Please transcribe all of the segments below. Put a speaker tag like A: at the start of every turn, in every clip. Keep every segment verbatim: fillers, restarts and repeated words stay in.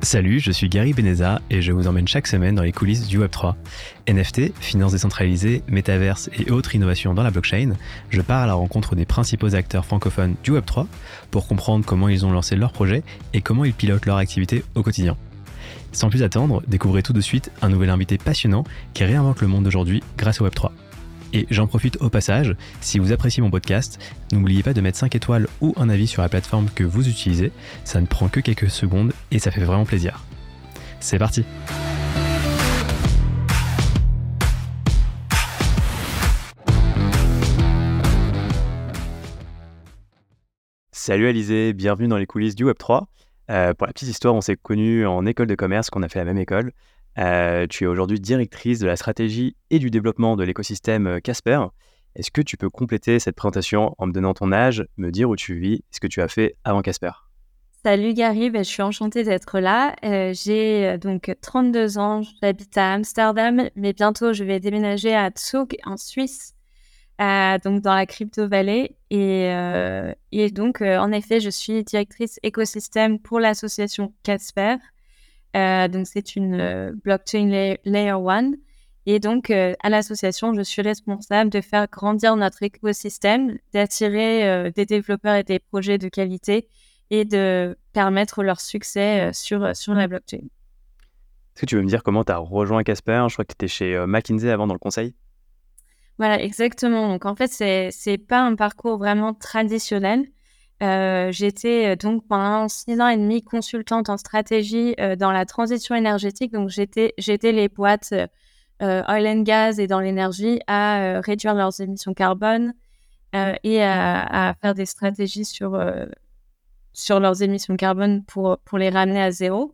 A: Salut, je suis Gary Beneza et je vous emmène chaque semaine dans les coulisses du web trois. N F T, finances décentralisées, métaverse et autres innovations dans la blockchain, je pars à la rencontre des principaux acteurs francophones du web trois pour comprendre comment ils ont lancé leurs projets et comment ils pilotent leur activité au quotidien. Sans plus attendre, découvrez tout de suite un nouvel invité passionnant qui réinvente le monde d'aujourd'hui grâce au web trois. Et j'en profite au passage, si vous appréciez mon podcast, n'oubliez pas de mettre cinq étoiles ou un avis sur la plateforme que vous utilisez, ça ne prend que quelques secondes et ça fait vraiment plaisir. C'est parti! Salut Alizé, bienvenue dans les coulisses du web trois. Euh, pour la petite histoire, on s'est connus en école de commerce, qu'on a fait la même école. Euh, tu es aujourd'hui directrice de la stratégie et du développement de l'écosystème Casper. Est-ce que tu peux compléter cette présentation en me donnant ton âge, me dire où tu vis, ce que tu as fait avant Casper?
B: Salut Gary, ben, je suis enchantée d'être là. Euh, j'ai euh, donc trente-deux ans, j'habite à Amsterdam, mais bientôt je vais déménager à Zug en Suisse, euh, donc dans la Crypto Valley. Et, euh, et donc, euh, en effet, je suis directrice écosystème pour l'association Casper. Euh, donc, c'est une euh, blockchain la- layer one. Et donc, euh, à l'association, je suis responsable de faire grandir notre écosystème, d'attirer euh, des développeurs et des projets de qualité et de permettre leur succès euh, sur, sur la blockchain.
A: Est-ce que tu veux me dire comment tu as rejoint Casper? Je crois que tu étais chez euh, McKinsey avant dans le conseil.
B: Voilà, exactement. Donc, en fait, c'est, c'est pas un parcours vraiment traditionnel. Euh, j'étais euh, donc pendant six ans et demi consultante en stratégie euh, dans la transition énergétique. Donc, j'étais, j'étais les boîtes euh, oil and gas et dans l'énergie à euh, réduire leurs émissions carbone euh, et à, à faire des stratégies sur, euh, sur leurs émissions carbone pour, pour les ramener à zéro.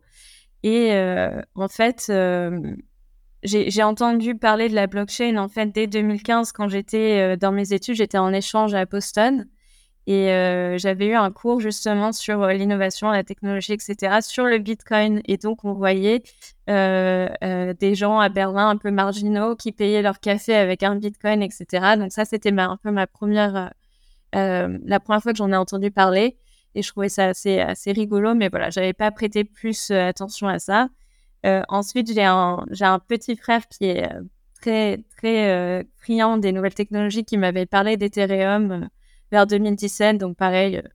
B: Et euh, en fait, euh, j'ai, j'ai entendu parler de la blockchain en fait dès deux mille quinze quand j'étais euh, dans mes études. J'étais en échange à Boston. Et euh, j'avais eu un cours justement sur euh, l'innovation, la technologie, et cetera, sur le Bitcoin. Et donc, on voyait euh, euh, des gens à Berlin un peu marginaux qui payaient leur café avec un Bitcoin, et cetera. Donc ça, c'était ma, un peu ma première, euh, la première fois que j'en ai entendu parler. Et je trouvais ça assez, assez rigolo, mais voilà, j'avais pas prêté plus euh, attention à ça. Euh, ensuite, j'ai un, j'ai un petit frère qui est euh, très, très euh, friand des nouvelles technologies qui m'avait parlé d'Ethereum euh, vers deux mille dix-sept, donc pareil. euh,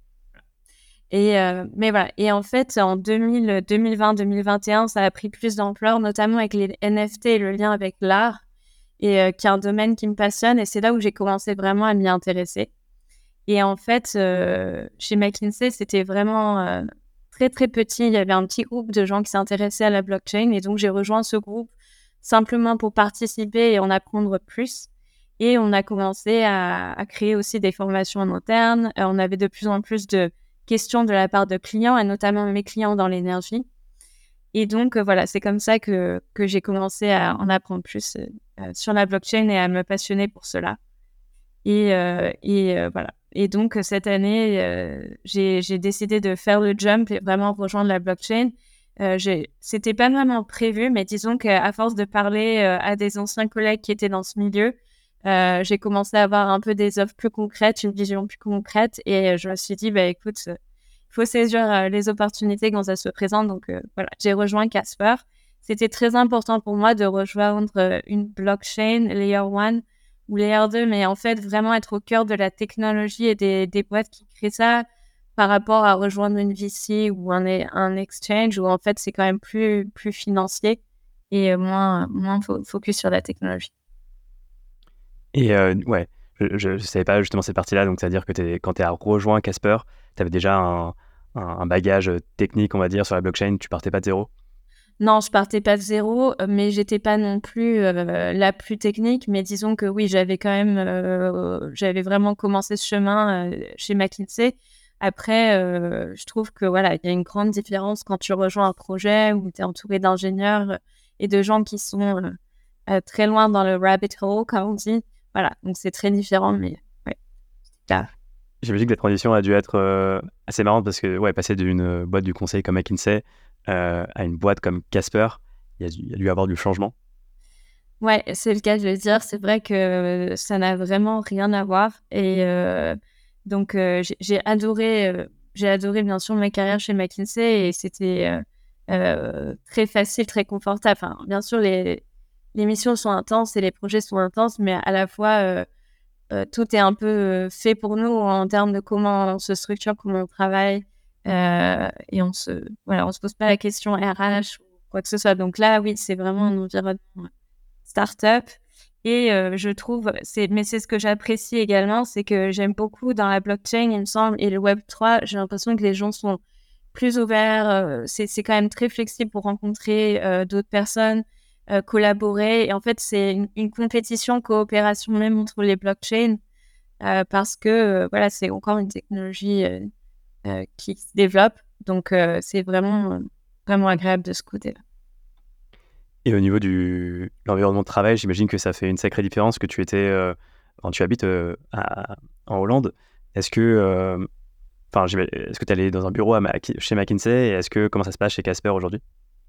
B: Et, euh, mais voilà. Et en fait, en deux mille, deux mille vingt, deux mille vingt et un, ça a pris plus d'ampleur, notamment avec les N F T et le lien avec l'art, et euh, qui est un domaine qui me passionne. Et c'est là où j'ai commencé vraiment à m'y intéresser. Et en fait, euh, chez McKinsey, c'était vraiment euh, très, très petit. Il y avait un petit groupe de gens qui s'intéressaient à la blockchain. Et donc, j'ai rejoint ce groupe simplement pour participer et en apprendre plus. Et on a commencé à, à créer aussi des formations en interne. Euh, on avait de plus en plus de questions de la part de clients, et notamment mes clients dans l'énergie. Et donc, euh, voilà, c'est comme ça que, que j'ai commencé à en apprendre plus euh, sur la blockchain et à me passionner pour cela. Et, euh, et euh, voilà. Et donc, cette année, euh, j'ai, j'ai décidé de faire le jump et vraiment rejoindre la blockchain. Euh, j'ai... C'était pas vraiment prévu, mais disons qu'à force de parler euh, à des anciens collègues qui étaient dans ce milieu, euh, j'ai commencé à avoir un peu des offres plus concrètes, une vision plus concrète. Et euh, je me suis dit, bah, écoute, il faut saisir euh, les opportunités quand ça se présente. Donc, euh, voilà, j'ai rejoint Casper. C'était très important pour moi de rejoindre euh, une blockchain, Layer one, ou Layer deux, mais en fait, vraiment être au cœur de la technologie et des, des boîtes qui créent ça par rapport à rejoindre une V C ou un, un exchange où en fait, c'est quand même plus, plus financier et moins, moins fo- focus sur la technologie.
A: Et euh, ouais, je ne savais pas justement cette partie-là, donc c'est-à-dire que t'es- quand tu as rejoint Casper, tu avais déjà un, un, un bagage technique, on va dire, sur la blockchain, tu partais pas de zéro.
B: Non, je partais pas de zéro, euh, mais j'étais pas non plus euh, la plus technique. Mais disons que oui, j'avais quand même, euh, j'avais vraiment commencé ce chemin euh, chez McKinsey. Après, euh, je trouve que voilà, il y a une grande différence quand tu rejoins un projet où tu es entouré d'ingénieurs et de gens qui sont euh, euh, très loin dans le rabbit hole, comme on dit. Voilà, donc c'est très différent, mais ouais, c'est clair.
A: J'imagine que la transition a dû être euh, assez marrante parce que ouais, passer d'une euh, boîte du conseil comme McKinsey euh, à une boîte comme Casper, il y a dû, il y a dû y avoir du changement.
B: Ouais, c'est le cas de le dire. C'est vrai que ça n'a vraiment rien à voir. Et euh, donc, euh, j'ai, j'ai adoré, euh, j'ai adoré bien sûr ma carrière chez McKinsey et c'était, euh, euh, très facile, très confortable. Enfin, bien sûr, les, les missions sont intenses et les projets sont intenses, mais à la fois, euh, euh, tout est un peu euh, fait pour nous en termes de comment on se structure, comment on travaille. Euh, et on se, voilà, on se pose pas la question R H ou quoi que ce soit. Donc là, oui, c'est vraiment un environnement start-up. Et euh, je trouve, c'est, mais c'est ce que j'apprécie également, c'est que j'aime beaucoup dans la blockchain, il me semble, et le web trois, j'ai l'impression que les gens sont plus ouverts. Euh, c'est, c'est quand même très flexible pour rencontrer euh, d'autres personnes, euh, collaborer. Et en fait, c'est une, une compétition, coopération même entre les blockchains, euh, parce que euh, voilà, c'est encore une technologie euh, euh, qui se développe. Donc, euh, c'est vraiment, euh, vraiment agréable de ce côté-là.
A: Et au niveau du l'environnement de travail, j'imagine que ça fait une sacrée différence que tu étais, euh, quand tu habites euh, à- en Hollande. Est-ce que, euh, enfin, j'ima- est-ce que tu allais dans un bureau à Mac- chez McKinsey et est-ce que comment ça se passe chez Casper aujourd'hui?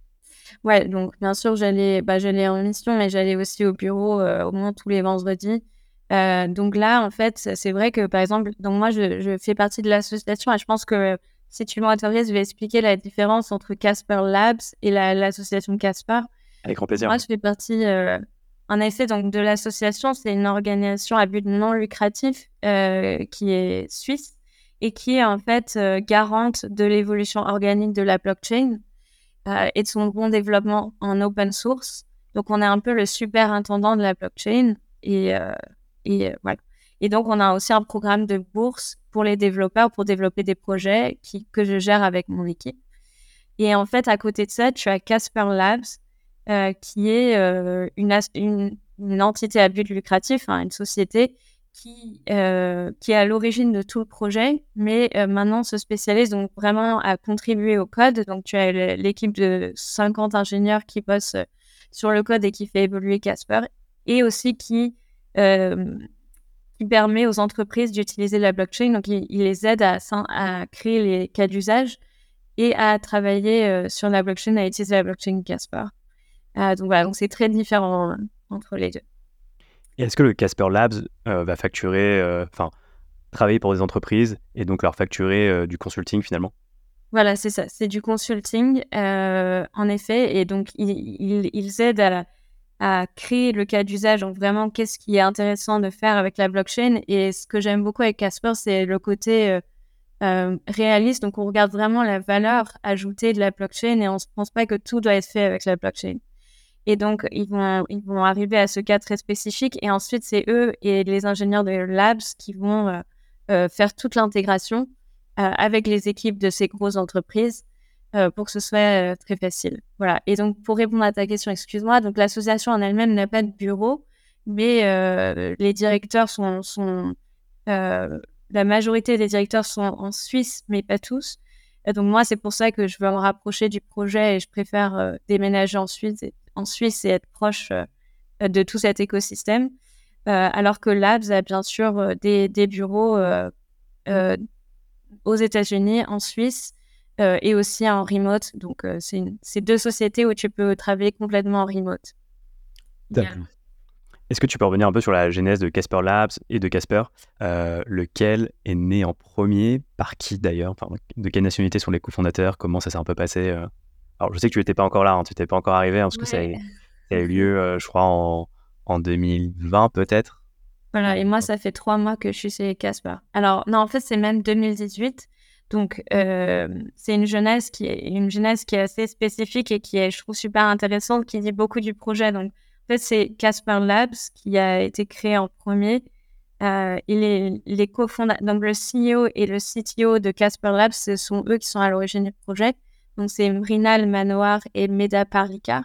B: Ouais, donc bien sûr, j'allais, bah, j'allais en mission, mais j'allais aussi au bureau euh, au moins tous les vendredis. Euh, donc là, en fait, c'est c'est vrai que par exemple, donc moi, je, je fais partie de l'association et je pense que si tu m'autorises, je vais expliquer la différence entre Casper Labs et la- l'association Casper.
A: Avec grand
B: Donc
A: plaisir.
B: moi, je fais partie, euh, en effet, donc de l'association. C'est une organisation à but non lucratif euh, qui est suisse et qui est en fait euh, garante de l'évolution organique de la blockchain euh, et de son bon développement en open source. Donc, on est un peu le superintendant de la blockchain. Et, euh, et euh, voilà. Et donc, on a aussi un programme de bourse pour les développeurs pour développer des projets qui, que je gère avec mon équipe. Et en fait, à côté de ça, tu as Casper Labs, euh, qui est euh, une, as- une, une entité à but lucratif, hein, une société qui, euh, qui est à l'origine de tout le projet, mais euh, maintenant se spécialise donc vraiment à contribuer au code. Donc, tu as le- l'équipe de cinquante ingénieurs qui bossent euh, sur le code et qui fait évoluer Casper, et aussi qui, euh, qui permet aux entreprises d'utiliser la blockchain. Donc, il, il les aide à, s'in- à créer les cas d'usage et à travailler euh, sur la blockchain, à utiliser la blockchain Casper. Euh, donc voilà, donc c'est très différent euh, entre les deux.
A: Et est-ce que le Casper Labs euh, va facturer, euh, enfin, travailler pour des entreprises et donc leur facturer euh, du consulting finalement?
B: Voilà, c'est ça, c'est du consulting, euh, en effet, et donc ils, ils, ils aident à, à créer le cas d'usage, donc vraiment qu'est-ce qui est intéressant de faire avec la blockchain. Et ce que j'aime beaucoup avec Casper, c'est le côté euh, euh, réaliste, donc on regarde vraiment la valeur ajoutée de la blockchain et on ne pense pas que tout doit être fait avec la blockchain. Et donc, ils vont, ils vont arriver à ce cas très spécifique. Et ensuite, c'est eux et les ingénieurs de Labs qui vont euh, euh, faire toute l'intégration euh, avec les équipes de ces grosses entreprises euh, pour que ce soit euh, très facile. Voilà. Et donc, pour répondre à ta question, excuse-moi, donc l'association en elle-même n'a pas de bureau, mais euh, les directeurs sont... sont euh, la majorité des directeurs sont en Suisse, mais pas tous. Et donc, moi, c'est pour ça que je veux me rapprocher du projet et je préfère euh, déménager en Suisse en Suisse et être proche euh, de tout cet écosystème. Euh, alors que Labs a bien sûr euh, des, des bureaux euh, euh, aux États-Unis, en Suisse euh, et aussi en remote. Donc, euh, c'est, une, c'est deux sociétés où tu peux travailler complètement en remote.
A: D'accord. Est-ce que tu peux revenir un peu sur la genèse de Casper Labs et de Casper, euh, lequel est né en premier, par qui d'ailleurs, enfin, de quelle nationalité sont les cofondateurs, comment ça s'est un peu passé euh Alors je sais que tu n'étais pas encore là, hein, tu n'étais pas encore arrivé, hein, parce que ça a,
B: Ouais.
A: ça a eu lieu, euh, je crois, en, en deux mille vingt peut-être.
B: Voilà, et moi, ça fait trois mois que je suis chez Casper. Alors, non, en fait, c'est même deux mille dix-huit. Donc, euh, c'est une jeunesse qui est une jeunesse qui est assez spécifique et qui est, je trouve, super intéressante, qui dit beaucoup du projet. Donc, en fait, c'est Casper Labs qui a été créé en premier. Euh, et les, les cofondateurs, donc le C E O et le C T O de Casper Labs, ce sont eux qui sont à l'origine du projet. Donc, c'est Mrinal Manohar et Meda Parrikar.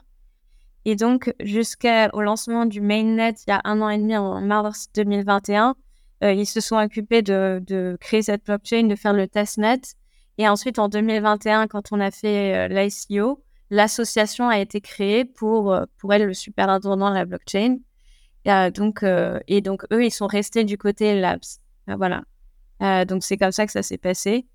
B: Et donc, jusqu'au lancement du mainnet, il y a un an et demi, en mars deux mille vingt et un, euh, ils se sont occupés de, de créer cette blockchain, de faire le testnet. Et ensuite, en deux mille vingt et un, quand on a fait euh, l'I C O, l'association a été créée pour, euh, pour être le superintendant de la blockchain. Et, euh, donc, euh, et donc, eux, ils sont restés du côté Labs. Euh, voilà. Euh, donc, c'est comme ça que ça s'est passé.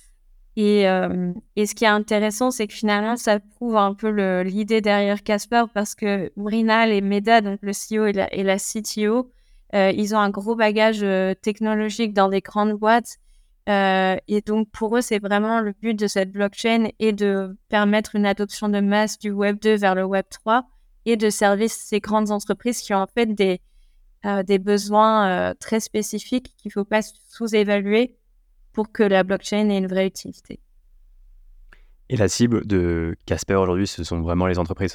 B: Et, euh, et ce qui est intéressant, c'est que finalement, ça prouve un peu le, l'idée derrière Casper parce que Mrinal et Meda, donc le C E O et la, et la C T O, euh, ils ont un gros bagage euh, technologique dans des grandes boîtes Euh, et donc, pour eux, c'est vraiment le but de cette blockchain et de permettre une adoption de masse du Web deux vers le Web trois et de servir ces grandes entreprises qui ont en fait des, euh, des besoins euh, très spécifiques qu'il ne faut pas sous-évaluer pour que la blockchain ait une vraie utilité.
A: Et la cible de Casper aujourd'hui, ce sont vraiment les entreprises?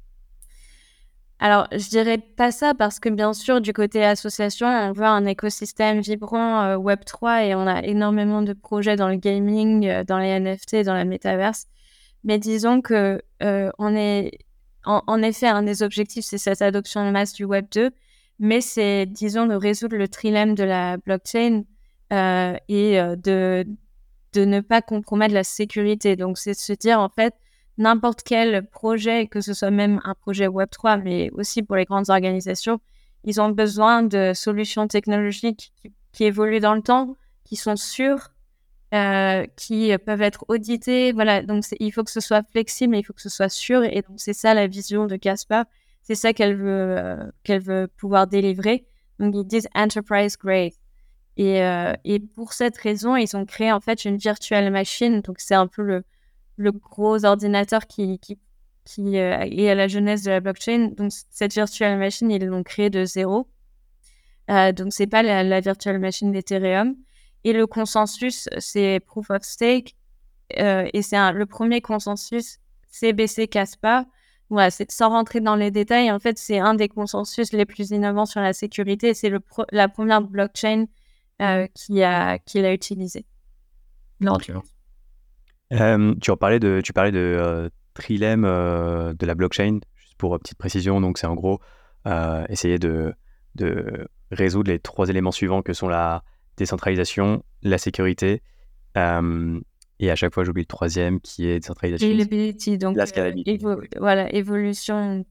B: Alors, je dirais pas ça parce que bien sûr, du côté association, on veut un écosystème vibrant euh, Web trois et on a énormément de projets dans le gaming, euh, dans les N F T, dans la métaverse. Mais disons que euh, on est en, en effet un des objectifs, c'est cette adoption de masse du Web deux, mais c'est disons de résoudre le trilemme de la blockchain euh, et euh, de de ne pas compromettre la sécurité. Donc, c'est de se dire en fait n'importe quel projet, que ce soit même un projet Web trois, mais aussi pour les grandes organisations, ils ont besoin de solutions technologiques qui, qui évoluent dans le temps, qui sont sûres, euh, qui peuvent être auditées. Voilà, donc il faut que ce soit flexible, il faut que ce soit sûr. Et donc, c'est ça la vision de Casper. C'est ça qu'elle veut, euh, qu'elle veut pouvoir délivrer. Donc, ils disent Enterprise Grade. Et, euh, et pour cette raison, ils ont créé en fait une virtual machine. Donc, c'est un peu le, le gros ordinateur qui, qui, qui euh, est à la jeunesse de la blockchain. Donc, cette virtual machine, ils l'ont créée de zéro. Euh, donc, c'est pas la, la virtual machine d'Ethereum. Et le consensus, c'est Proof of Stake. Euh, et c'est un, le premier consensus C B C Casper. Voilà, c'est sans rentrer dans les détails. En fait, c'est un des consensus les plus innovants sur la sécurité. C'est le pro- la première blockchain euh, qui a qui l'a utilisé. Non, tu vois.
A: Euh, tu en parlais de, tu parlais de euh, trilemme euh, de la blockchain, juste pour euh, petite précision. Donc, c'est en gros euh, essayer de, de résoudre les trois éléments suivants que sont la décentralisation, la sécurité, euh, et à chaque fois, j'oublie le troisième qui est décentralisation.
B: Scalability, donc
A: La
B: euh,
A: scalabilité.
B: évo- voilà, évolution.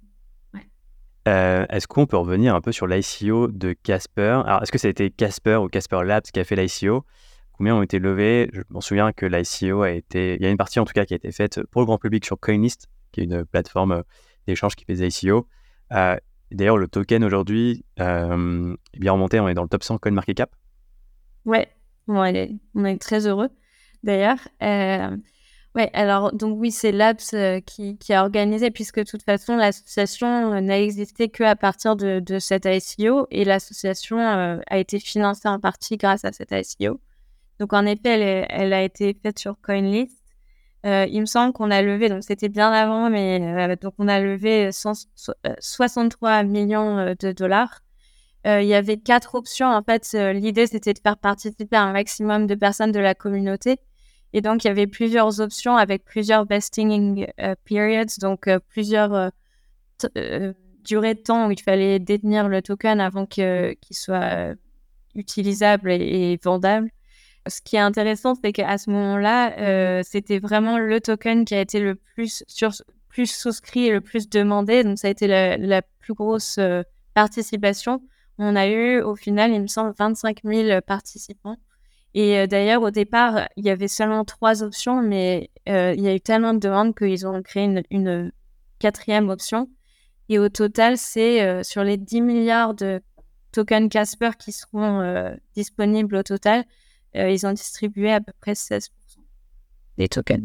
A: Euh, est-ce qu'on peut revenir un peu sur l'I C O de Casper? Alors, est-ce que ça a été Casper ou Casper Labs qui a fait l'I C O? Combien ont été levés? Je m'en souviens que l'I C O a été... Il y a une partie en tout cas qui a été faite pour le grand public sur CoinList, qui est une plateforme d'échange qui fait des I C O. Euh, d'ailleurs, le token aujourd'hui euh, est bien remonté. On est dans le top cent CoinMarketCap.
B: Ouais, on est, on est très heureux d'ailleurs. Euh, ouais, alors donc oui, c'est Labs euh, qui, qui a organisé, puisque de toute façon l'association euh, n'a existé qu'à partir de, de cette I C O et l'association euh, a été financée en partie grâce à cette I C O. Donc en effet, elle, est, elle a été faite sur CoinList. Euh, il me semble qu'on a levé, donc c'était bien avant, mais euh, donc on a levé cent, euh, soixante-trois millions euh, de dollars. Euh, il y avait quatre options. En fait, euh, l'idée, c'était de faire participer un maximum de personnes de la communauté. Et donc, il y avait plusieurs options avec plusieurs vesting euh, periods, donc euh, plusieurs euh, t- euh, durées de temps où il fallait détenir le token avant que, qu'il soit euh, utilisable et, et vendable. Ce qui est intéressant, c'est qu'à ce moment-là, euh, c'était vraiment le token qui a été le plus, sur, plus souscrit et le plus demandé. Donc, ça a été la, la plus grosse euh, participation. On a eu, au final, il me semble, vingt-cinq mille participants. Et euh, d'ailleurs, au départ, il y avait seulement trois options, mais euh, il y a eu tellement de demandes qu'ils ont créé une, une quatrième option. Et au total, c'est euh, sur les dix milliards de tokens Casper qui seront euh, disponibles au total, euh, ils ont distribué à peu près seize pour cent des tokens.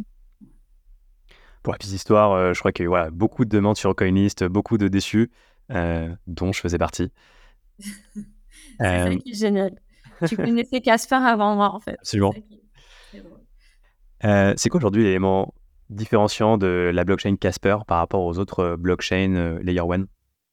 A: Pour la petite histoire, euh, je crois qu'il y a eu voilà, beaucoup de demandes sur CoinList, beaucoup de déçus, euh, dont je faisais partie.
B: C'est ça
A: Euh,
B: qui est génial. Tu connaissais Casper avant moi, en fait.
A: Absolument.
B: C'est ça qui est très drôle.
A: Euh, c'est quoi aujourd'hui l'élément différenciant de la blockchain Casper par rapport aux autres euh, blockchains euh, Layer one?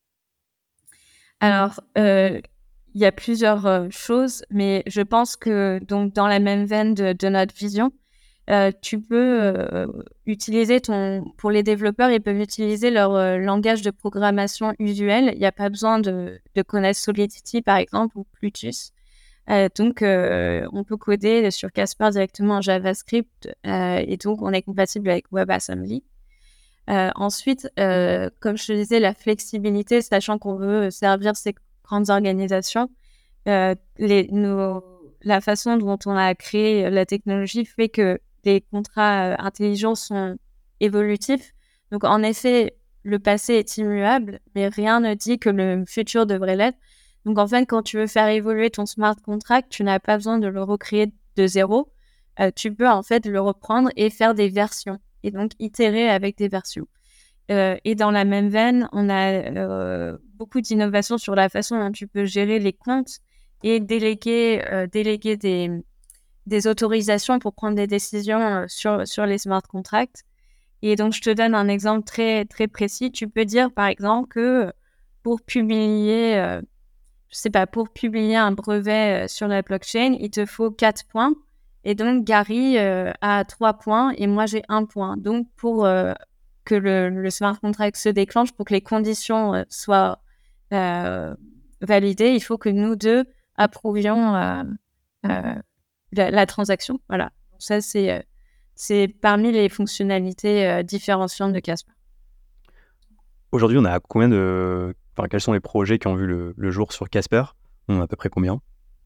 B: Alors, euh, il y a plusieurs euh, choses, mais je pense que donc dans la même veine de, de notre vision, euh, tu peux euh, utiliser ton... Pour les développeurs, ils peuvent utiliser leur euh, langage de programmation usuel. Il n'y a pas besoin de, de connaître Solidity, par exemple, ou Plutus. Euh, donc, euh, on peut coder sur Casper directement en JavaScript euh, et donc on est compatible avec WebAssembly. Euh, ensuite, euh, comme je te disais, la flexibilité, sachant qu'on veut servir ces grandes organisations, euh, les, nos, la façon dont on a créé la technologie fait que les contrats euh, intelligents sont évolutifs. Donc, en effet, le passé est immuable, mais rien ne dit que le futur devrait l'être. Donc, en fait, quand tu veux faire évoluer ton smart contract, tu n'as pas besoin de le recréer de zéro, euh, tu peux en fait le reprendre et faire des versions et donc itérer avec des versions. Euh, et dans la même veine, on a euh, beaucoup d'innovations sur la façon dont tu peux gérer les comptes et déléguer, euh, déléguer des, des autorisations pour prendre des décisions euh, sur, sur les smart contracts. Et donc, je te donne un exemple très, très précis. Tu peux dire, par exemple, que pour publier, euh, je sais pas, pour publier un brevet euh, sur la blockchain, il te faut quatre points. Et donc, Gary euh, a trois points et moi, j'ai un point. Donc, pour euh, que le, le smart contract se déclenche, pour que les conditions euh, soient euh, validées, il faut que nous deux approuvions euh, euh, la, la transaction. Voilà. Donc, ça, c'est... Euh, c'est parmi les fonctionnalités euh, différenciantes de Casper.
A: Aujourd'hui, on a combien de... Enfin, quels sont les projets qui ont vu le, le jour sur Casper? On en a à peu près combien?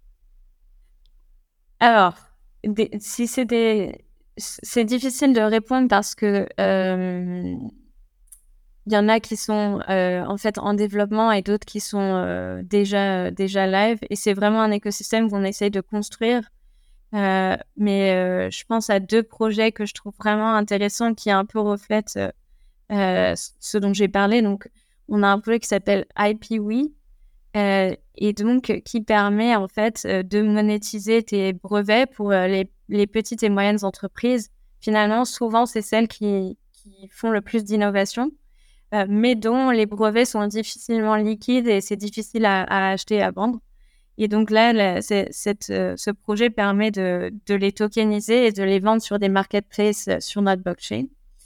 B: Alors, des, si c'est des... C'est difficile de répondre parce que euh, il y en a qui sont euh, en fait en développement et d'autres qui sont euh, déjà, déjà live. Et c'est vraiment un écosystème qu'on essaye de construire. Euh, mais euh, je pense à deux projets que je trouve vraiment intéressants qui un peu reflètent euh, ce dont j'ai parlé. Donc, on a un projet qui s'appelle I P W E euh, et donc qui permet en fait euh, de monétiser tes brevets pour euh, les, les petites et moyennes entreprises. Finalement, souvent, c'est celles qui, qui font le plus d'innovation, euh, mais dont les brevets sont difficilement liquides et c'est difficile à, à acheter et à vendre. Et donc là, là c'est, cette, euh, ce projet permet de, de les tokeniser et de les vendre sur des marketplaces euh, sur notre blockchain.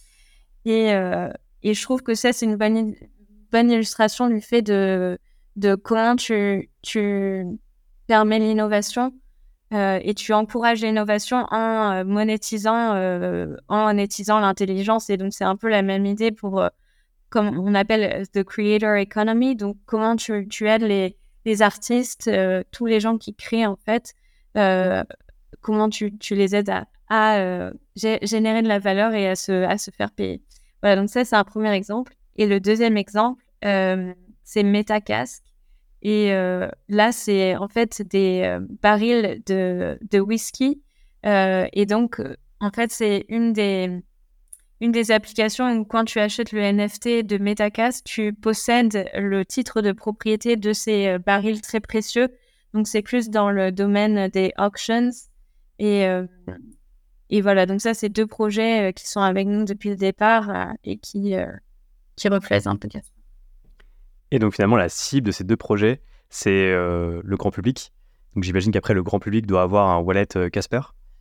B: Et, euh, et je trouve que ça, c'est une bonne, bonne illustration du fait de, de comment tu, tu permets l'innovation euh, et tu encourages l'innovation en euh, monétisant, euh, en monétisant l'intelligence. Et donc, c'est un peu la même idée pour, euh, comme on appelle the creator economy. Donc, comment tu, tu aides les, les artistes, euh, tous les gens qui créent, en fait, euh, comment tu, tu les aides à, à euh, gé- générer de la valeur et à se, à se faire payer. Voilà, donc ça, c'est un premier exemple. Et le deuxième exemple, euh, c'est Metacask. Et euh, là, c'est en fait des euh, barils de, de whisky. Euh, et donc, euh, en fait, c'est une des, une des applications où quand tu achètes le N F T de Metacask, tu possèdes le titre de propriété de ces euh, barils très précieux. Donc, c'est plus dans le domaine des auctions. Et, euh, et voilà, donc ça, c'est deux projets euh, qui sont avec nous depuis le départ euh, et qui, euh, qui reflètent un peu Casper.
A: Et donc finalement, la cible de ces deux projets, c'est euh, le grand public. Donc j'imagine qu'après, le grand public doit avoir un wallet euh, Casper.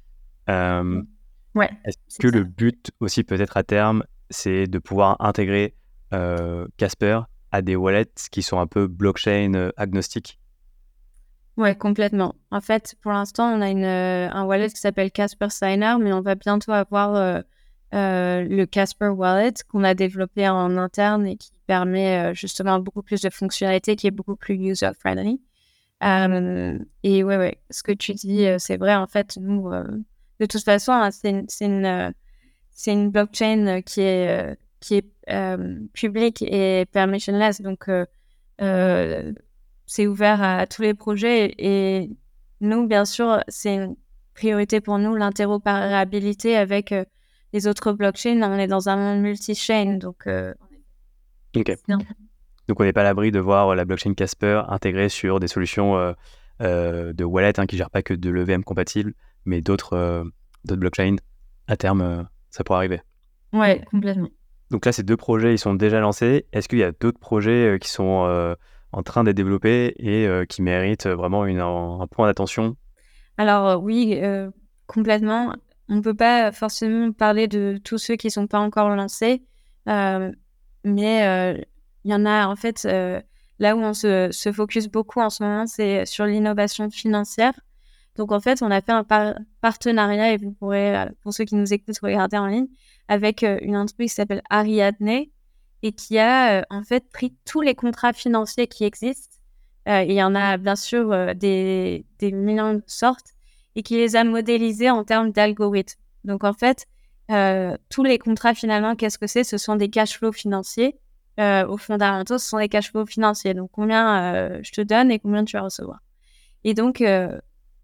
A: Euh,
B: Ouais,
A: est-ce
B: c'est
A: que
B: ça.
A: le but aussi, peut-être à terme, c'est de pouvoir intégrer euh, Casper à des wallets qui sont un peu blockchain euh, agnostiques?
B: Ouais, complètement. En fait, pour l'instant, on a une, euh, un wallet qui s'appelle Casper Signer, mais on va bientôt avoir euh, euh, le Casper Wallet qu'on a développé en interne et qui permet euh, justement beaucoup plus de fonctionnalités, qui est beaucoup plus user-friendly. Euh, et ouais, ouais, ce que tu dis, euh, c'est vrai. En fait, nous, euh, de toute façon, hein, c'est une, c'est une, euh, c'est une blockchain euh, qui est, euh, qui est euh, publique et permissionless. Donc, euh, euh, c'est ouvert à, à tous les projets. Et, et nous, bien sûr, c'est une priorité pour nous, l'interopérabilité avec euh, les autres blockchains. On est dans un monde multi-chain. Donc, euh,
A: Ok.
B: c'est un-
A: Donc on n'est pas à l'abri de voir la blockchain Casper intégrée sur des solutions euh, euh, de wallet hein, qui ne gèrent pas que de l'E V M compatible, mais d'autres euh, d'autres blockchains. À terme, euh, ça pourrait arriver.
B: ouais, complètement.
A: Donc là, ces deux projets, ils sont déjà lancés. Est-ce qu'il y a d'autres projets euh, qui sont euh, en train d'être développés et euh, qui méritent vraiment une, un, un point d'attention?
B: Alors euh, oui, euh, complètement. On ne peut pas forcément parler de tous ceux qui ne sont pas encore lancés, euh, mais euh, il y en a en fait, euh, là où on se, se focus beaucoup en ce moment, c'est sur l'innovation financière. Donc en fait, on a fait un par- partenariat, et vous pourrez, euh, pour ceux qui nous écoutent, regarder en ligne, avec euh, une entreprise qui s'appelle Ariadne et qui a euh, en fait pris tous les contrats financiers qui existent. Euh, il y en a bien sûr euh, des, des millions de sortes et qui les a modélisés en termes d'algorithmes. Donc en fait, euh, tous les contrats finalement, qu'est-ce que c'est? Ce sont des cash flows financiers. Euh, aux fondamentaux, ce sont des cash flows financiers. Donc combien euh, je te donne et combien tu vas recevoir. Et donc, euh,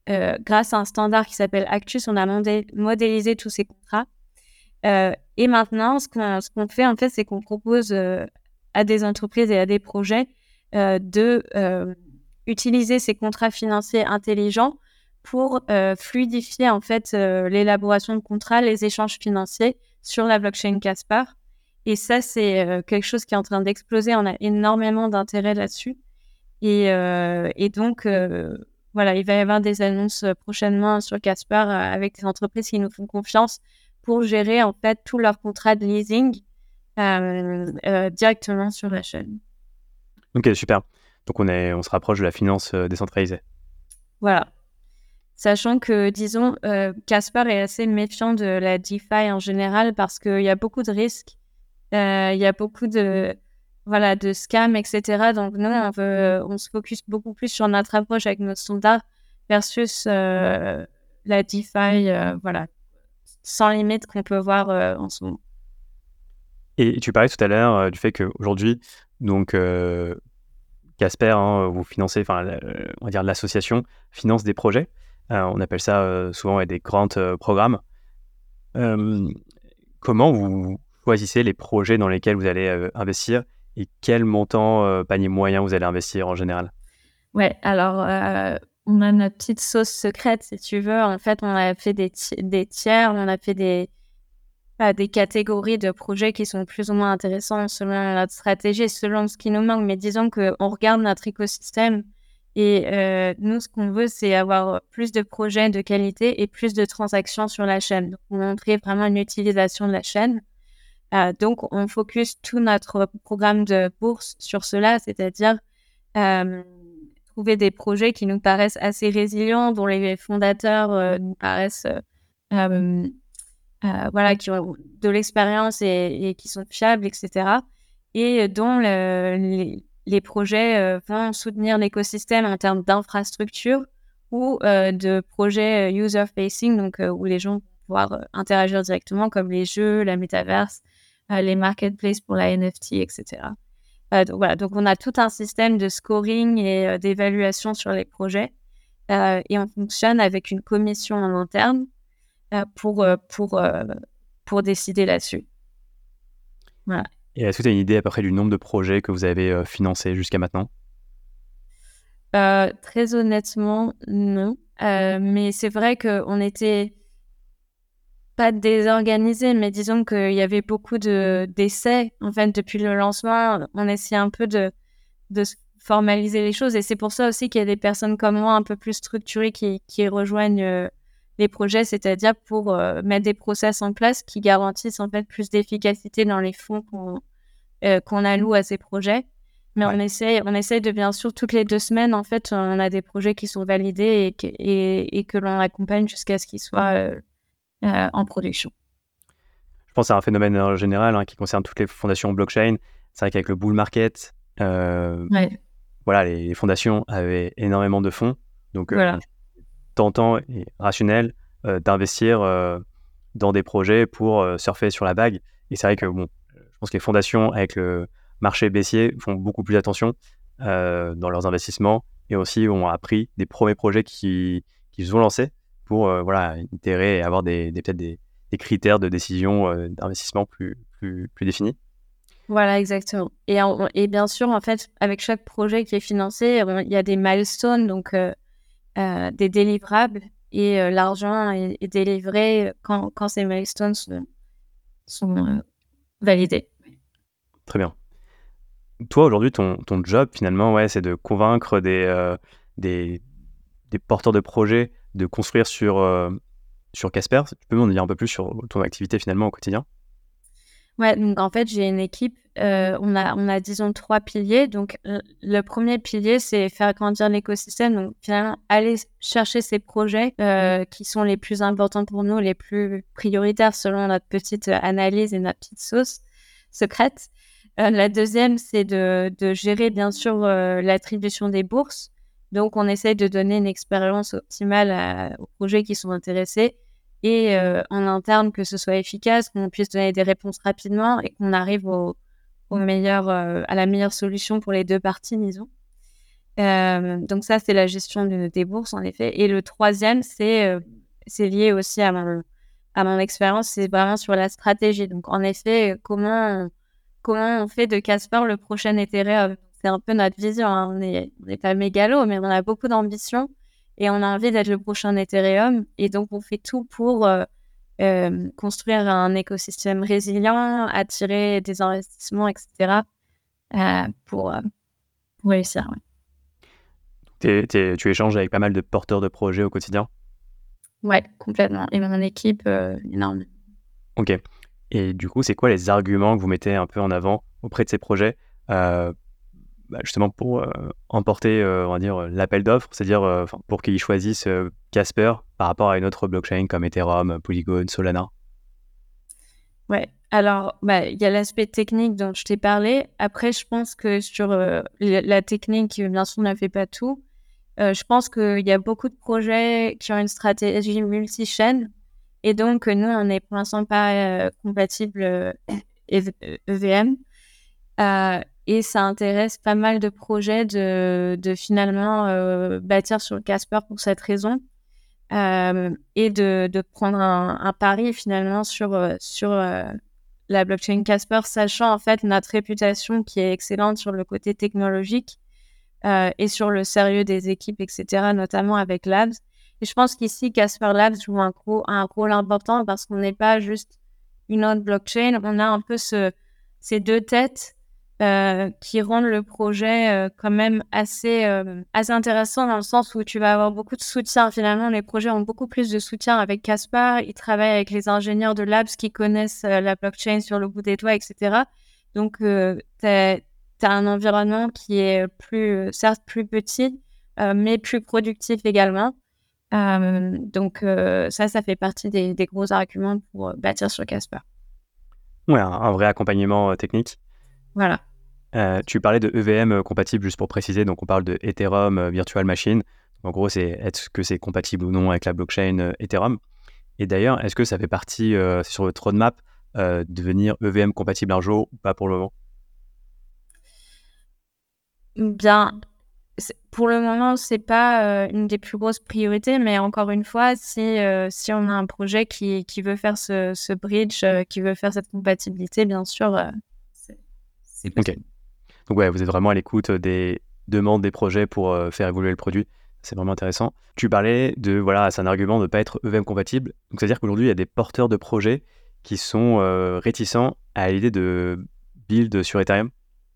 B: euh, grâce à un standard qui s'appelle Actus, on a modé- modélisé tous ces contrats. Euh, et maintenant, ce qu'on, ce qu'on fait, en fait, c'est qu'on propose euh, à des entreprises et à des projets euh, de euh, utiliser ces contrats financiers intelligents pour euh, fluidifier, en fait, euh, l'élaboration de contrats, les échanges financiers sur la blockchain Casper. Et ça, c'est euh, quelque chose qui est en train d'exploser. On a énormément d'intérêt là-dessus. Et, euh, et donc, euh, voilà, il va y avoir des annonces euh, prochainement sur Casper euh, avec des entreprises qui nous font confiance pour gérer en fait tous leurs contrats de leasing euh, euh, directement sur la chaîne.
A: Ok, super. Donc on, est, on se rapproche de la finance euh, décentralisée.
B: Voilà. Sachant que, disons, euh, Casper est assez méfiant de la DeFi en général parce qu'il y a beaucoup de risques, euh, il y a beaucoup de, voilà, de scams, et cetera. Donc nous, on, veut, on se focus beaucoup plus sur notre approche avec notre standard versus euh, la DeFi, euh, voilà, sans limite qu'on peut voir euh, en ce moment.
A: Et tu parlais tout à l'heure euh, du fait qu'aujourd'hui, donc euh, Casper, hein, vous financez, enfin, euh, on va dire l'association finance des projets. Euh, on appelle ça euh, souvent ouais, des grands euh, programmes. Euh, comment vous choisissez les projets dans lesquels vous allez euh, investir et quel montant euh, panier moyen vous allez investir en général?
B: Ouais, alors euh, on a notre petite sauce secrète, si tu veux. En fait, on a fait des, ti- des tiers, on a fait des, bah, des catégories de projets qui sont plus ou moins intéressants selon notre stratégie, selon ce qui nous manque. Mais disons qu'on regarde notre écosystème et euh, nous, ce qu'on veut, c'est avoir plus de projets de qualité et plus de transactions sur la chaîne. Donc, on montrer vraiment une utilisation de la chaîne. Euh, donc, on focus tout notre programme de bourse sur cela, c'est-à-dire euh, trouver des projets qui nous paraissent assez résilients, dont les fondateurs euh, nous paraissent euh, euh, euh, voilà, qui ont de l'expérience et, et qui sont fiables, et cetera. Et dont le- les, les projets euh, vont soutenir l'écosystème en termes d'infrastructure ou euh, de projets euh, user-facing, donc euh, où les gens vont pouvoir euh, interagir directement, comme les jeux, la métaverse, euh, les marketplaces pour la N F T, et cetera. Euh, donc, voilà, donc on a tout un système de scoring et euh, d'évaluation sur les projets euh, et on fonctionne avec une commission en interne euh, pour, euh, pour, euh, pour décider là-dessus. Voilà.
A: Et est-ce que tu as une idée à peu près du nombre de projets que vous avez euh, financés jusqu'à maintenant?
B: Euh, très honnêtement, non. Euh, mais c'est vrai qu'on était pas désorganisé, mais disons qu'il y avait beaucoup de, d'essais. En fait, depuis le lancement, on essayait un peu de, de formaliser les choses. Et c'est pour ça aussi qu'il y a des personnes comme moi un peu plus structurées qui, qui rejoignent euh, les projets, c'est-à-dire pour euh, mettre des process en place qui garantissent en fait plus d'efficacité dans les fonds qu'on, euh, qu'on alloue à ces projets. Mais
A: Ouais.
B: on essaye, on essaye de bien sûr toutes les deux semaines, en fait, on a des projets qui sont validés et que, et, et que l'on accompagne jusqu'à ce qu'ils soient euh, euh, en production.
A: Je pense que c'est un phénomène euh, général hein, qui concerne toutes les fondations blockchain. C'est vrai qu'avec le bull market, euh,
B: Ouais,
A: voilà, les, les fondations avaient énormément de fonds. Donc, euh,
B: voilà.
A: tentant et rationnel euh, d'investir euh, dans des projets pour euh, surfer sur la vague. Et c'est vrai que bon, je pense que les fondations avec le marché baissier font beaucoup plus attention euh, dans leurs investissements et aussi ont appris des premiers projets qui qu'ils ont lancés pour euh, voilà itérer et avoir des, des peut-être des, des critères de décision euh, d'investissement plus plus plus définis.
B: Voilà, exactement. Et, en- et bien sûr, en fait, avec chaque projet qui est financé, on- il y a des milestones, donc euh, euh, des délivrables, et euh, l'argent est, est délivré quand, quand ces milestones sont, sont euh, validés.
A: Très bien. Toi aujourd'hui ton, ton job finalement ouais c'est de convaincre des euh, des des porteurs de projets de construire sur euh, sur Casper. Tu peux m'en dire un peu plus sur ton activité finalement au quotidien?
B: Ouais, donc en fait, j'ai une équipe. euh, on a, on a, disons, trois piliers. Donc, euh, le premier pilier, c'est faire grandir l'écosystème. Donc, finalement, aller chercher ces projets euh, qui sont les plus importants pour nous, les plus prioritaires selon notre petite analyse et notre petite sauce secrète. Euh, la deuxième, c'est de, de gérer, bien sûr, euh, l'attribution des bourses. Donc, on essaye de donner une expérience optimale à- aux projets qui sont intéressés et euh, en interne que ce soit efficace, qu'on puisse donner des réponses rapidement et qu'on arrive au, au meilleur, euh, à la meilleure solution pour les deux parties, disons. Euh, donc ça, c'est la gestion de, des bourses, en effet. Et le troisième, c'est, euh, c'est lié aussi à mon, à mon expérience, c'est vraiment sur la stratégie. Donc, en effet, comment, comment on fait de Casper le prochain Ethereum? C'est un peu notre vision, hein. On n'est on n'est pas mégalo, mais on a beaucoup d'ambition et on a envie d'être le prochain Ethereum. Et donc, on fait tout pour euh, euh, construire un écosystème résilient, attirer des investissements, et cetera euh, pour, euh, pour réussir. Ouais.
A: T'es- t'es- tu échanges avec pas mal de porteurs de projets au quotidien?
B: Ouais, complètement. Et mon équipe, euh, énorme.
A: Ok. Et du coup, c'est quoi les arguments que vous mettez un peu en avant auprès de ces projets, euh, bah, justement pour euh, emporter, euh, on va dire, l'appel d'offres, c'est-à-dire euh, enfin, pour qu'ils choisissent euh, Casper par rapport à une autre blockchain comme Ethereum, Polygon, Solana?
B: Ouais. Alors, bah, il y a l'aspect technique dont je t'ai parlé. Après, je pense que sur euh, la la technique, bien sûr, on ne fait pas tout. Euh, je pense qu'il y a beaucoup de projets qui ont une stratégie multi-chaîne. Et donc, euh, nous, on n'est pour l'instant pas euh, compatible euh, E V M. Euh, et ça intéresse pas mal de projets de, de finalement euh, bâtir sur le Casper pour cette raison. Euh, et de, de prendre un, un pari finalement sur, euh, sur euh, la blockchain Casper, sachant en fait notre réputation qui est excellente sur le côté technologique euh, et sur le sérieux des équipes, et cetera, notamment avec Labs. Et je pense qu'ici, Casper Labs joue un, gros, un rôle important parce qu'on n'est pas juste une autre blockchain, on a un peu ce, ces deux têtes euh, qui rendent le projet euh, quand même assez, euh, assez intéressant dans le sens où tu vas avoir beaucoup de soutien. Finalement, les projets ont beaucoup plus de soutien avec Casper. Ils travaillent avec les ingénieurs de Labs qui connaissent euh, la blockchain sur le bout des doigts, et cetera. Donc, euh, tu as un environnement qui est plus, certes plus petit, euh, mais plus productif également. Euh, donc, euh, ça, ça fait partie des, des gros arguments pour bâtir sur Casper.
A: Ouais, un, un vrai accompagnement euh, technique.
B: Voilà.
A: Euh, tu parlais de E V M euh, compatible, juste pour préciser, donc on parle de Ethereum euh, Virtual Machine. En gros, c'est est-ce que c'est compatible ou non avec la blockchain euh, Ethereum. Et d'ailleurs, est-ce que ça fait partie euh, sur votre roadmap euh, de devenir E V M compatible un jour ou pas pour le moment?
B: Bien, pour le moment, c'est pas euh, une des plus grosses priorités, mais encore une fois, si, euh, si on a un projet qui, qui veut faire ce, ce bridge, euh, qui veut faire cette compatibilité, bien sûr, euh, c'est, c'est
A: Ok.
B: possible.
A: Donc ouais, vous êtes vraiment à l'écoute des demandes des projets pour euh, faire évoluer le produit. C'est vraiment intéressant. Tu parlais de, voilà, c'est un argument de ne pas être E V M compatible. Donc c'est-à-dire qu'aujourd'hui, il y a des porteurs de projets qui sont euh, réticents à l'idée de build sur Ethereum.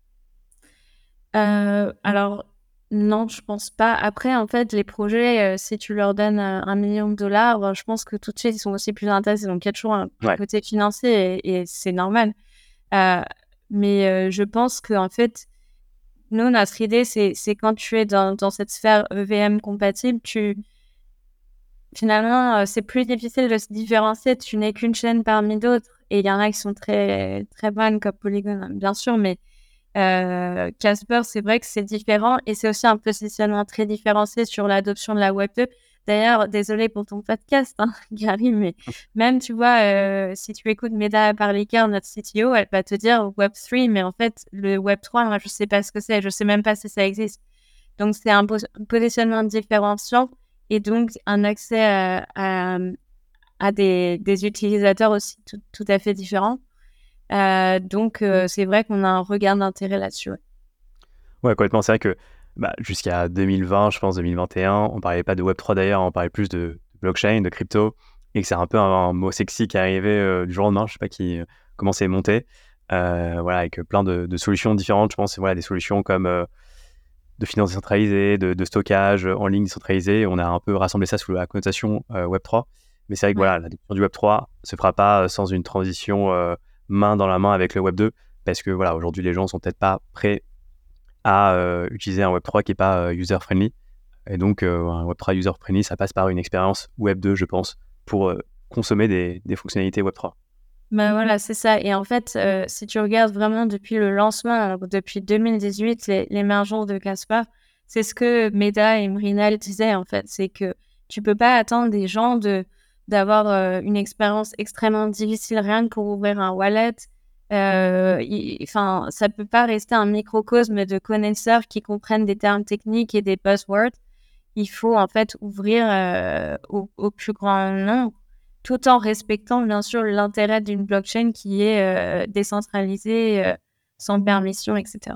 B: Euh, alors, non, je pense pas. Après, en fait, les projets, euh, si tu leur donnes euh, un million de dollars, euh, je pense que tout de suite, ils sont aussi plus intéressés. Donc, il y a toujours un, un
A: Ouais.
B: côté financier et, et c'est normal. Euh, mais euh, je pense qu'en fait, nous, notre idée, c'est, c'est quand tu es dans, dans cette sphère E V M compatible, tu, finalement, euh, c'est plus difficile de se différencier. Tu n'es qu'une chaîne parmi d'autres. Et il y en a qui sont très, très bonnes comme Polygon, hein, bien sûr, mais euh, Casper, c'est vrai que c'est différent et c'est aussi un positionnement très différencié sur l'adoption de la Web deux. D'ailleurs, désolé pour ton podcast, hein, Gary, mais même, tu vois, euh, si tu écoutes Meda Parlikar, notre C T O, elle va te dire Web trois, mais en fait, le Web trois, moi, je sais pas ce que c'est, je sais même pas si ça existe. Donc, c'est un, pos- un positionnement différenciant et donc un accès à, à, à des, des utilisateurs aussi tout, tout à fait différents. Euh, donc, euh, c'est vrai qu'on a un regard d'intérêt là-dessus. Ouais.
A: Ouais, complètement. C'est vrai que bah, jusqu'à deux mille vingt, je pense, deux mille vingt et un, on parlait pas de Web trois d'ailleurs, on parlait plus de blockchain, de crypto, et que c'est un peu un, un mot sexy qui est arrivé euh, du jour au lendemain, je sais pas qui, euh, comment c'est monté, euh, voilà, avec plein de, de solutions différentes. Je pense voilà, des solutions comme euh, de finances décentralisées, de, de stockage en ligne décentralisé. On a un peu rassemblé ça sous la connotation euh, Web trois. Mais c'est vrai que
B: Ouais.
A: voilà, l'adoption du Web trois se fera pas sans une transition euh, main dans la main avec le Web deux, parce que voilà, aujourd'hui les gens sont peut-être pas prêts à euh, utiliser un Web trois qui n'est pas euh, user-friendly. Et donc, euh, un Web trois user-friendly, ça passe par une expérience Web deux, je pense, pour euh, consommer des, des fonctionnalités Web trois.
B: Ben voilà, c'est ça. Et en fait, euh, si tu regardes vraiment depuis le lancement, donc depuis deux mille dix-huit, les- l'émergence de Casper, c'est ce que Meda et Mrinal disaient, en fait. C'est que tu peux pas attendre des gens de d'avoir euh, une expérience extrêmement difficile rien que pour ouvrir un wallet, Euh, il- Enfin, ça peut pas rester un microcosme de connaisseurs qui comprennent des termes techniques et des buzzwords. Il faut en fait ouvrir euh, au, au plus grand nombre, tout en respectant bien sûr l'intérêt d'une blockchain qui est euh, décentralisée, euh, sans permission, et cetera.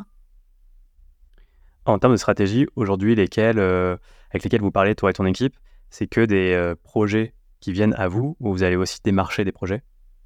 A: En termes de stratégie, aujourd'hui, lesquels, euh, avec lesquels vous parlez, toi et ton équipe, c'est que des euh, projets qui viennent à vous ou vous allez aussi démarcher des projets?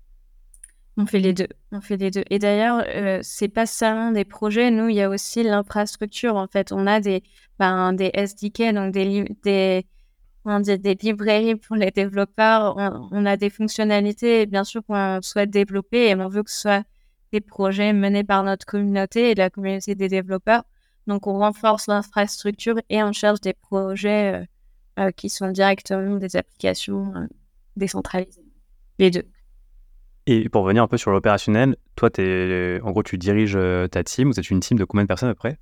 B: On fait les deux. On fait les deux. Et d'ailleurs, euh, c'est pas seulement des projets. Nous, il y a aussi l'infrastructure. En fait, on a des, ben, des S D K, donc des, li- des, on dit des librairies pour les développeurs. On, on a des fonctionnalités, bien sûr, qu'on souhaite développer et on veut que ce soit des projets menés par notre communauté et la communauté des développeurs. Donc, on renforce l'infrastructure et on cherche des projets euh, euh, qui sont directement des applications euh, décentralisées. Les deux.
A: Et pour revenir un peu sur l'opérationnel, toi, t'es, en gros, tu diriges euh, ta team. Vous êtes une team de combien de personnes à peu près?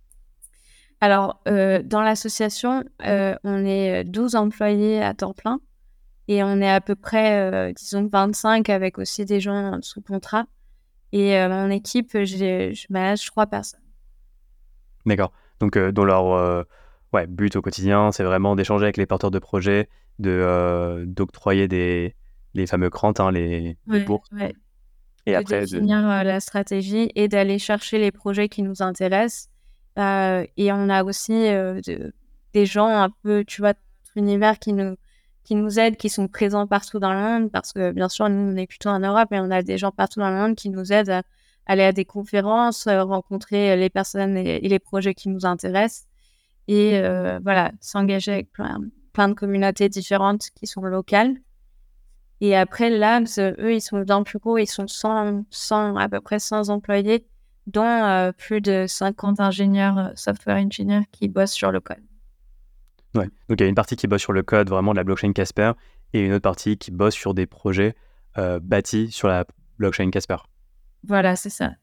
B: Alors, euh, dans l'association, euh, on est douze employés à temps plein et on est à peu près, euh, disons, vingt-cinq avec aussi des gens sous contrat. Et euh, mon équipe, j'ai, je manage trois personnes.
A: D'accord. Donc, euh, dont leur euh, ouais, but au quotidien, c'est vraiment d'échanger avec les porteurs de projets, de, euh, d'octroyer des, les fameux grants, hein, les, les
B: Ouais,
A: bourses.
B: ouais.
A: Et
B: De
A: après, de...
B: définir euh, la stratégie et d'aller chercher les projets qui nous intéressent. Euh, et on a aussi euh, de- des gens un peu, tu vois, de notre univers qui nous, qui nous aident, qui sont présents partout dans le monde, parce que bien sûr, nous, on est plutôt en Europe, mais on a des gens partout dans le monde qui nous aident à aller à des conférences, euh, rencontrer les personnes et, et les projets qui nous intéressent, et euh, voilà, s'engager avec plein, plein de communautés différentes qui sont locales. Et après, Labs, euh, eux, ils sont bien plus gros, ils sont cent, cent, à peu près cent employés, dont euh, plus de cinquante ingénieurs, euh, software engineers qui bossent sur le code.
A: ouais. Donc, il y a une partie qui bosse sur le code vraiment de la blockchain Casper et une autre partie qui bosse sur des projets euh, bâtis sur la blockchain Casper.
B: Voilà, c'est ça.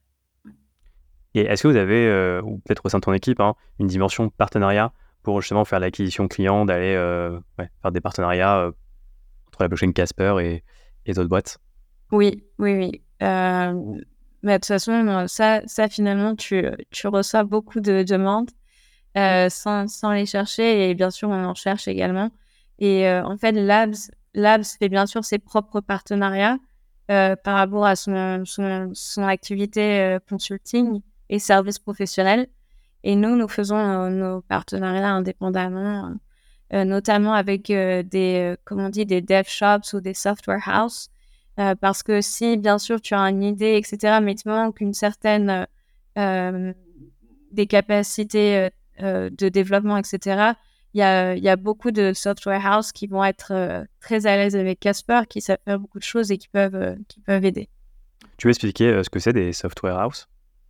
A: Et est-ce que vous avez, euh, ou peut-être au sein de ton équipe, hein, une dimension partenariat pour justement faire l'acquisition client, d'aller euh, ouais, faire des partenariats euh, entre la blockchain Casper et, et d'autres boîtes?
B: Oui, oui, oui. Euh, mais de toute façon, euh, ça, ça finalement, tu, tu reçois beaucoup de demandes euh, sans, sans les chercher. Et bien sûr, on en cherche également. Et euh, en fait, Labs, Labs fait bien sûr ses propres partenariats euh, par rapport à son, son, son activité euh, consulting et services professionnels. Et nous, nous faisons euh, nos partenariats indépendamment, euh, notamment avec euh, des, euh, comment on dit, des dev shops ou des software house. Euh, parce que si, bien sûr, tu as une idée, et cetera, mais il te manque une certaine euh, euh, des capacités euh, euh, de développement, et cetera, il y a, il y a beaucoup de software house qui vont être euh, très à l'aise avec Casper, qui savent faire beaucoup de choses et qui peuvent, euh, qui peuvent aider.
A: Tu veux expliquer euh, ce que c'est des software house?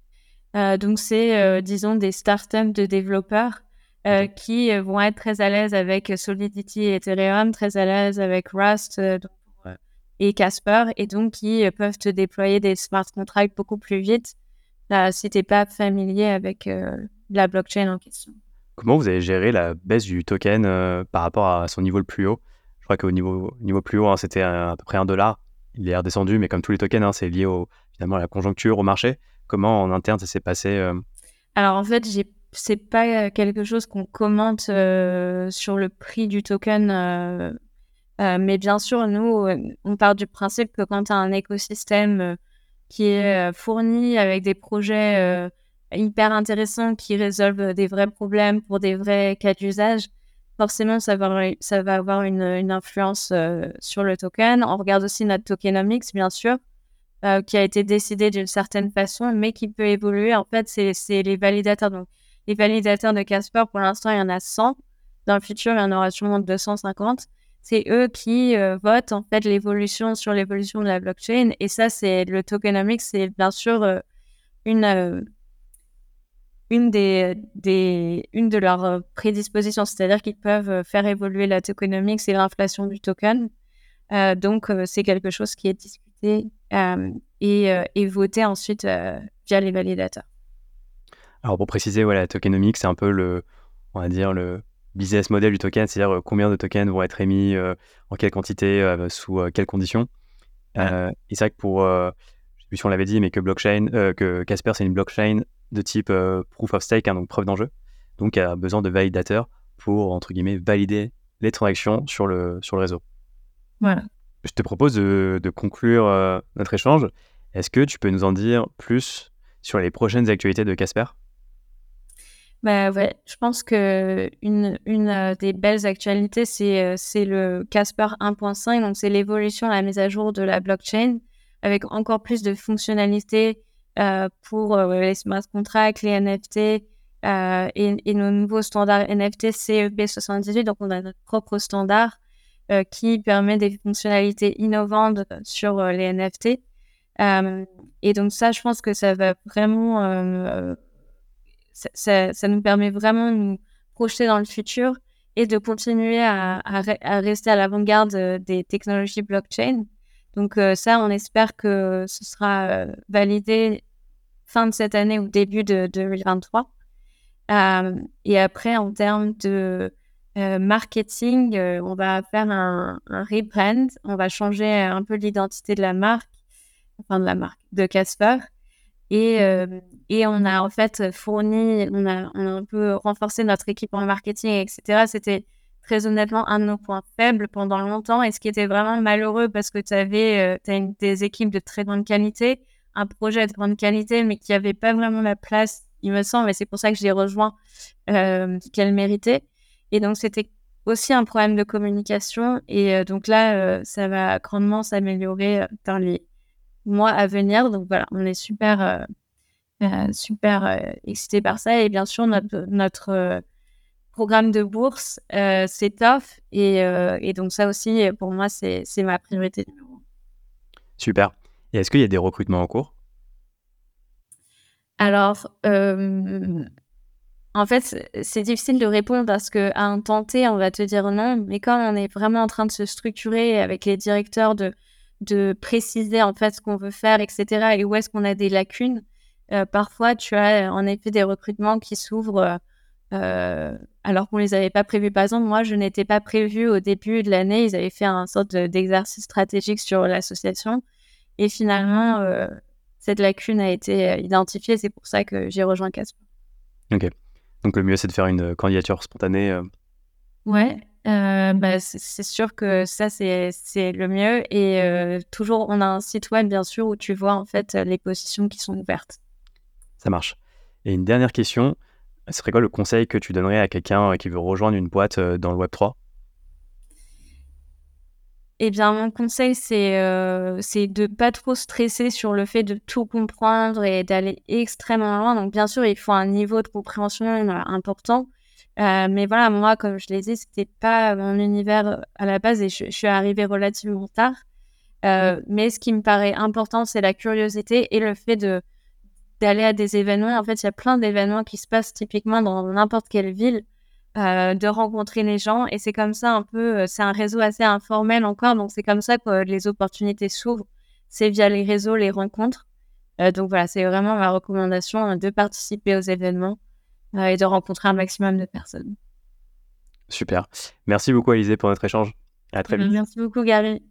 B: Euh, donc, c'est, euh, disons, des startups de développeurs euh,
A: Ok.
B: qui euh, vont être très à l'aise avec Solidity et Ethereum, très à l'aise avec Rust euh, donc, euh, et Casper, et donc qui euh, peuvent te déployer des smart contracts beaucoup plus vite euh, si tu n'es pas familier avec euh, la blockchain en question.
A: Comment vous avez géré la baisse du token euh, par rapport à son niveau le plus haut? Je crois qu'au niveau, niveau plus haut, hein, c'était à, à peu près un dollar. Il est redescendu, mais comme tous les tokens, hein, c'est lié au, finalement à la conjoncture, au marché. Comment en interne ça s'est passé euh,
B: Alors en fait, j'ai c'est pas euh, quelque chose qu'on commente euh, sur le prix du token, euh, euh, mais bien sûr, nous, euh, on part du principe que quand tu as un écosystème euh, qui est euh, fourni avec des projets euh, hyper intéressants qui résolvent des vrais problèmes pour des vrais cas d'usage, forcément, ça va, avoir- ça va avoir une, une influence euh, sur le token. On regarde aussi notre tokenomics, bien sûr euh, qui a été décidé d'une certaine façon, mais qui peut évoluer. En fait, c'est, c'est les validateurs. Donc, les validateurs de Casper, pour l'instant, il y en a cent. Dans le futur, il y en aura sûrement deux cent cinquante. C'est eux qui euh, votent, en fait, l'évolution sur l'évolution de la blockchain. Et ça, c'est le tokenomics, c'est bien sûr euh, une, euh, une, des, des, une de leurs euh, prédispositions. C'est-à-dire qu'ils peuvent euh, faire évoluer la tokenomics et l'inflation du token. Euh, donc, euh, c'est quelque chose qui est discuté euh, et, euh, et voté ensuite euh, via les validateurs.
A: Alors pour préciser, ouais, la tokenomics, c'est un peu le, on va dire, le business model du token, c'est-à-dire euh, combien de tokens vont être émis, euh, en quelle quantité, euh, sous euh, quelles conditions.
B: Voilà.
A: Euh, et c'est vrai que pour, euh, plus si on l'avait dit, mais que blockchain, euh, que Casper, c'est une blockchain de type euh, proof of stake, hein, donc preuve d'enjeu. Donc, elle a besoin de validateurs pour, entre guillemets, valider les transactions sur le, sur le réseau.
B: Voilà.
A: Je te propose de, de conclure euh, notre échange. Est-ce que tu peux nous en dire plus sur les prochaines actualités de Casper ?
B: Bah ouais, je pense que une, une euh, des belles actualités, c'est, euh, c'est le Casper un point cinq, donc c'est l'évolution, la mise à jour de la blockchain, avec encore plus de fonctionnalités euh, pour euh, les smart contracts, les N F T euh, et, et nos nouveaux standards N F T C E B soixante-dix-huit. Donc on a notre propre standard euh, qui permet des fonctionnalités innovantes sur euh, les N F T. Euh, et donc ça, je pense que ça va vraiment... Euh, Ça, ça, ça nous permet vraiment de nous projeter dans le futur et de continuer à, à, à rester à l'avant-garde des technologies blockchain. Donc euh, ça, on espère que ce sera euh, validé fin de cette année ou début de deux mille vingt-trois. Euh, et après, en termes de euh, marketing, euh, on va faire un, un rebrand. On va changer un peu l'identité de la marque, enfin de la marque, de Casper. Et, euh, et on a en fait fourni, on a, on a un peu renforcé notre équipe en marketing, et cetera. C'était très honnêtement un de nos points faibles pendant longtemps, et ce qui était vraiment malheureux parce que tu avais euh, des équipes de très grande qualité, un projet de grande qualité, mais qui n'avait pas vraiment la place, il me semble, et c'est pour ça que je l'ai rejoint, euh, qu'elle méritait. Et donc, c'était aussi un problème de communication. Et euh, donc là, euh, ça va grandement s'améliorer dans les mois à venir. Donc voilà, on est super, euh, euh, super euh, excités par ça. Et bien sûr, notre, notre euh, programme de bourse, euh, c'est tough. Et, euh, et donc ça aussi, pour moi, c'est, c'est ma priorité.
A: Super. Et est-ce qu'il y a des recrutements en cours ?
B: Alors, euh, en fait, c'est difficile de répondre parce qu'à un temps T, on va te dire non. Mais quand on est vraiment en train de se structurer avec les directeurs de de préciser en fait ce qu'on veut faire, et cetera, et où est-ce qu'on a des lacunes. Euh, parfois, tu as en effet des recrutements qui s'ouvrent euh, alors qu'on les avait pas prévus. Par exemple, moi, je n'étais pas prévue au début de l'année. Ils avaient fait un sorte de, d'exercice stratégique sur l'association. Et finalement, euh, cette lacune a été identifiée. C'est pour ça que j'ai rejoint Casper.
A: Ok. Donc, le mieux, c'est de faire une candidature spontanée. Euh...
B: Ouais. Euh, bah, c'est, c'est sûr que ça, c'est, c'est le mieux. Et euh, toujours, on a un site web, bien sûr, où tu vois en fait les positions qui sont ouvertes.
A: Ça marche. Et une dernière question, ce serait quoi le conseil que tu donnerais à quelqu'un qui veut rejoindre une boîte dans le web trois ?
B: Eh bien, mon conseil, c'est, euh, c'est de ne pas trop stresser sur le fait de tout comprendre et d'aller extrêmement loin. Donc, bien sûr, il faut un niveau de compréhension important. Euh, mais voilà, moi, comme je l'ai dit, c'était pas mon univers à la base et je, je suis arrivée relativement tard. Euh, mmh. Mais ce qui me paraît important, c'est la curiosité et le fait de, d'aller à des événements. En fait, il y a plein d'événements qui se passent typiquement dans n'importe quelle ville, euh, de rencontrer les gens. Et c'est comme ça un peu, c'est un réseau assez informel encore. Donc, c'est comme ça que les opportunités s'ouvrent. C'est via les réseaux, les rencontres. Euh, donc, voilà, c'est vraiment ma recommandation de participer aux événements et de rencontrer un maximum de personnes.
A: Super. Merci beaucoup, Alizée, pour notre échange. À très vite.
B: Merci beaucoup, Gary.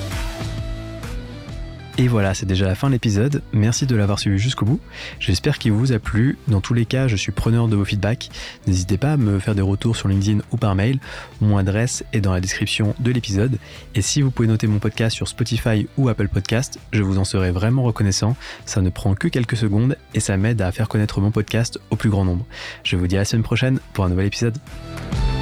A: Et voilà, c'est déjà la fin de l'épisode. Merci de l'avoir suivi jusqu'au bout. J'espère qu'il vous a plu. Dans tous les cas, je suis preneur de vos feedbacks. N'hésitez pas à me faire des retours sur LinkedIn ou par mail. Mon adresse est dans la description de l'épisode. Et si vous pouvez noter mon podcast sur Spotify ou Apple Podcast, je vous en serai vraiment reconnaissant. Ça ne prend que quelques secondes et ça m'aide à faire connaître mon podcast au plus grand nombre. Je vous dis à la semaine prochaine pour un nouvel épisode.